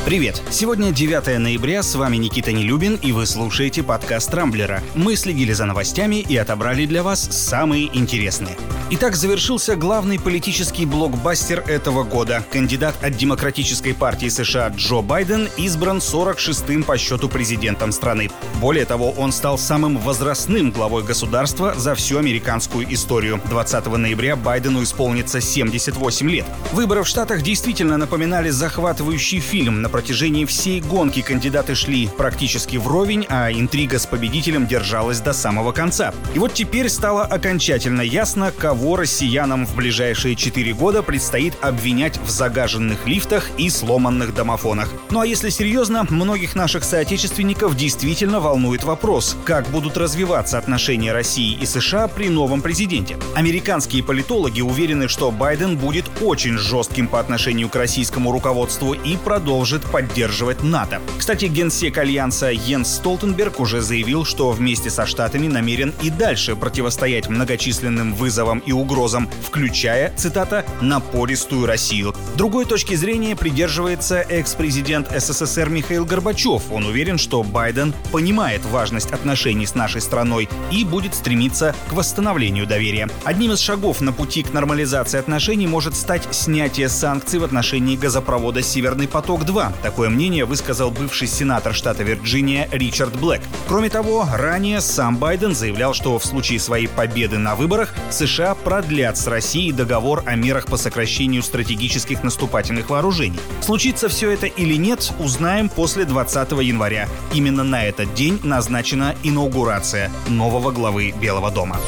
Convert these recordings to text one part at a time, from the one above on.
Привет! Сегодня 9 ноября, с вами Никита Нелюбин, и вы слушаете подкаст «Рамблера». Мы следили за новостями и отобрали для вас самые интересные. Итак, завершился главный политический блокбастер этого года. Кандидат от Демократической партии США Джо Байден избран 46-м по счету президентом страны. Более того, он стал самым возрастным главой государства за всю американскую историю. 20 ноября Байдену исполнится 78 лет. Выборы в Штатах действительно напоминали захватывающий фильм. На протяжении всей гонки кандидаты шли практически вровень, а интрига с победителем держалась до самого конца. И вот теперь стало окончательно ясно, кого россиянам в ближайшие 4 года предстоит обвинять в загаженных лифтах и сломанных домофонах. Ну а если серьезно, многих наших соотечественников действительно волнует вопрос, как будут развиваться отношения России и США при новом президенте. Американские политологи уверены, что Байден будет очень жестким по отношению к российскому руководству и продолжит поддерживать НАТО. Кстати, генсек Альянса Йенс Столтенберг уже заявил, что вместе со Штатами намерен и дальше противостоять многочисленным вызовам и угрозам, включая, цитата, «напористую Россию». Другой точки зрения придерживается экс-президент СССР Михаил Горбачев. Он уверен, что Байден понимает важность отношений с нашей страной и будет стремиться к восстановлению доверия. Одним из шагов на пути к нормализации отношений может стать снятие санкций в отношении газопровода «Северный поток-2». Такое мнение высказал бывший сенатор штата Вирджиния Ричард Блэк. Кроме того, ранее сам Байден заявлял, что в случае своей победы на выборах США продлят с Россией договор о мерах по сокращению стратегических наступательных вооружений. Случится все это или нет, узнаем после 20 января. Именно на этот день назначена инаугурация нового главы Белого дома.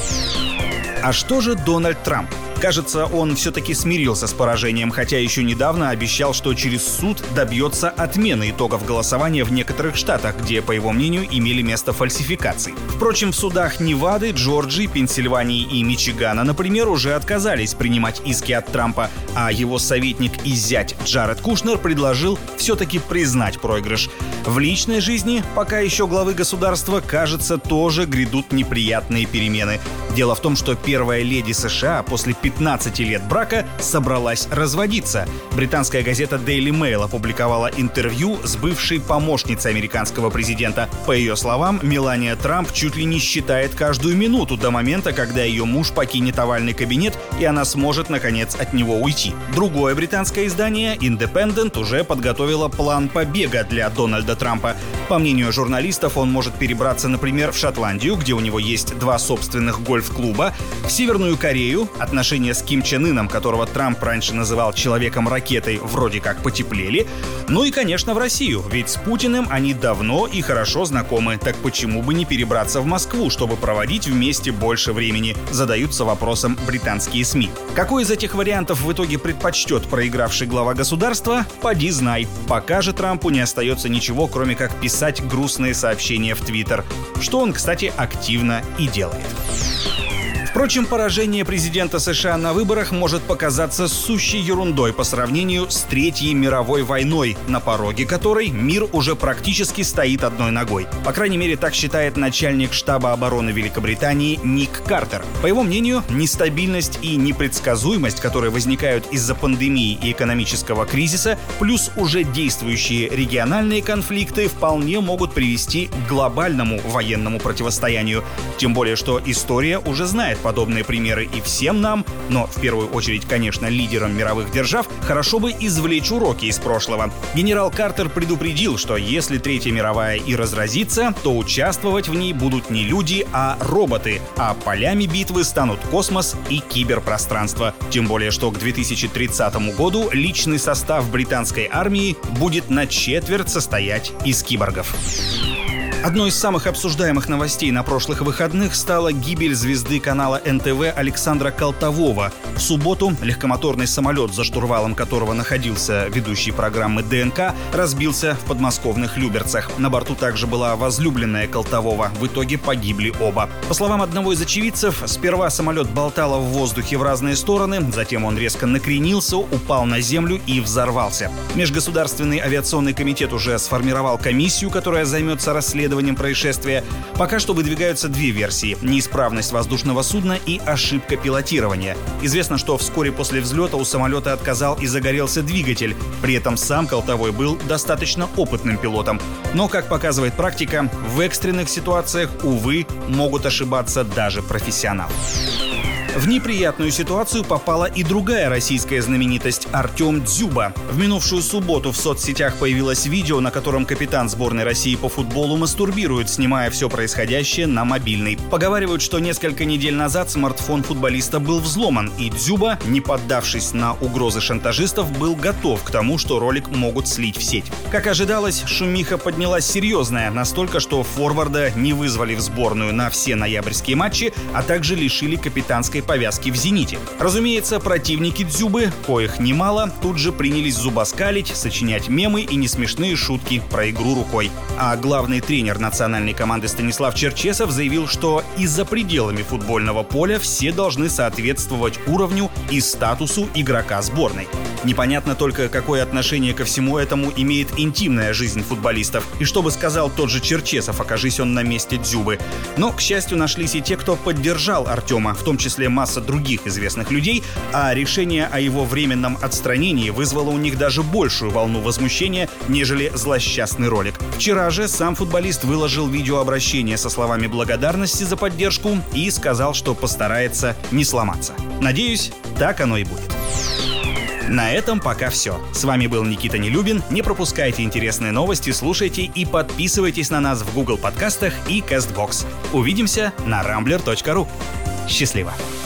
А что же Дональд Трамп? Кажется, он все-таки смирился с поражением, хотя еще недавно обещал, что через суд добьется отмены итогов голосования в некоторых штатах, где, по его мнению, имели место фальсификации. Впрочем, в судах Невады, Джорджии, Пенсильвании и Мичигана, например, уже отказались принимать иски от Трампа, а его советник и зять Джаред Кушнер предложил все-таки признать проигрыш. В личной жизни, пока еще главы государства, кажется, тоже грядут неприятные перемены. Дело в том, что первая леди США после 15 лет брака собралась разводиться. Британская газета Daily Mail опубликовала интервью с бывшей помощницей американского президента. По ее словам, Мелания Трамп чуть ли не считает каждую минуту до момента, когда ее муж покинет овальный кабинет, и она сможет, наконец, от него уйти. Другое британское издание, Independent, уже подготовило план побега для Дональда Трампа. По мнению журналистов, он может перебраться, например, в Шотландию, где у него есть 2 собственных гольф-клуба, в Северную Корею, отношения с Ким Чен Ыном, которого Трамп раньше называл человеком-ракетой, вроде как потеплели, ну и, конечно, в Россию, ведь с Путиным они давно и хорошо знакомы, так почему бы не перебраться в Москву, чтобы проводить вместе больше времени, задаются вопросом британские СМИ. Какой из этих вариантов в итоге предпочтет проигравший глава государства, поди знай. Пока же Трампу не остается ничего, кроме как писать грустные сообщения в Твиттер, что он, кстати, активно и делает. Впрочем, поражение президента США на выборах может показаться сущей ерундой по сравнению с Третьей мировой войной, на пороге которой мир уже практически стоит одной ногой. По крайней мере, так считает начальник штаба обороны Великобритании Ник Картер. По его мнению, нестабильность и непредсказуемость, которые возникают из-за пандемии и экономического кризиса, плюс уже действующие региональные конфликты вполне могут привести к глобальному военному противостоянию. Тем более, что история уже знает подобные примеры, и всем нам, но в первую очередь, конечно, лидерам мировых держав, хорошо бы извлечь уроки из прошлого. Генерал Картер предупредил, что если Третья мировая и разразится, то участвовать в ней будут не люди, а роботы, а полями битвы станут космос и киберпространство. Тем более, что к 2030 году личный состав британской армии будет на четверть состоять из киборгов. Одной из самых обсуждаемых новостей на прошлых выходных стала гибель звезды канала НТВ Александра Колтового. В субботу легкомоторный самолет, за штурвалом которого находился ведущий программы ДНК, разбился в подмосковных Люберцах. На борту также была возлюбленная Колтового. В итоге погибли оба. По словам одного из очевидцев, сперва самолет болтало в воздухе в разные стороны, затем он резко накренился, упал на землю и взорвался. Межгосударственный авиационный комитет уже сформировал комиссию, которая займется расследованием расследованием происшествия. Пока что выдвигаются две версии – неисправность воздушного судна и ошибка пилотирования. Известно, что вскоре после взлета у самолета отказал и загорелся двигатель. При этом сам Колтовой был достаточно опытным пилотом. Но, как показывает практика, в экстренных ситуациях, увы, могут ошибаться даже профессионалы. В неприятную ситуацию попала и другая российская знаменитость – Артем Дзюба. В минувшую субботу в соцсетях появилось видео, на котором капитан сборной России по футболу мастурбирует, снимая все происходящее на мобильный. Поговаривают, что несколько недель назад смартфон футболиста был взломан, и Дзюба, не поддавшись на угрозы шантажистов, был готов к тому, что ролик могут слить в сеть. Как ожидалось, шумиха поднялась серьезная, настолько, что форварда не вызвали в сборную на все ноябрьские матчи, а также лишили капитанской повязки в «Зените». Разумеется, противники Дзюбы, коих немало, тут же принялись зубоскалить, сочинять мемы и несмешные шутки про игру рукой. А главный тренер национальной команды Станислав Черчесов заявил, что и за пределами футбольного поля все должны соответствовать уровню и статусу игрока сборной. Непонятно только, какое отношение ко всему этому имеет интимная жизнь футболистов. И что бы сказал тот же Черчесов, окажись он на месте Дзюбы. Но, к счастью, нашлись и те, кто поддержал Артема, в том числе масса других известных людей, а решение о его временном отстранении вызвало у них даже большую волну возмущения, нежели злосчастный ролик. Вчера же сам футболист выложил видеообращение со словами благодарности за поддержку и сказал, что постарается не сломаться. Надеюсь, так оно и будет. На этом пока все. С вами был Никита Нелюбин. Не пропускайте интересные новости, слушайте и подписывайтесь на нас в Google подкастах и CastBox. Увидимся на rambler.ru. Счастливо!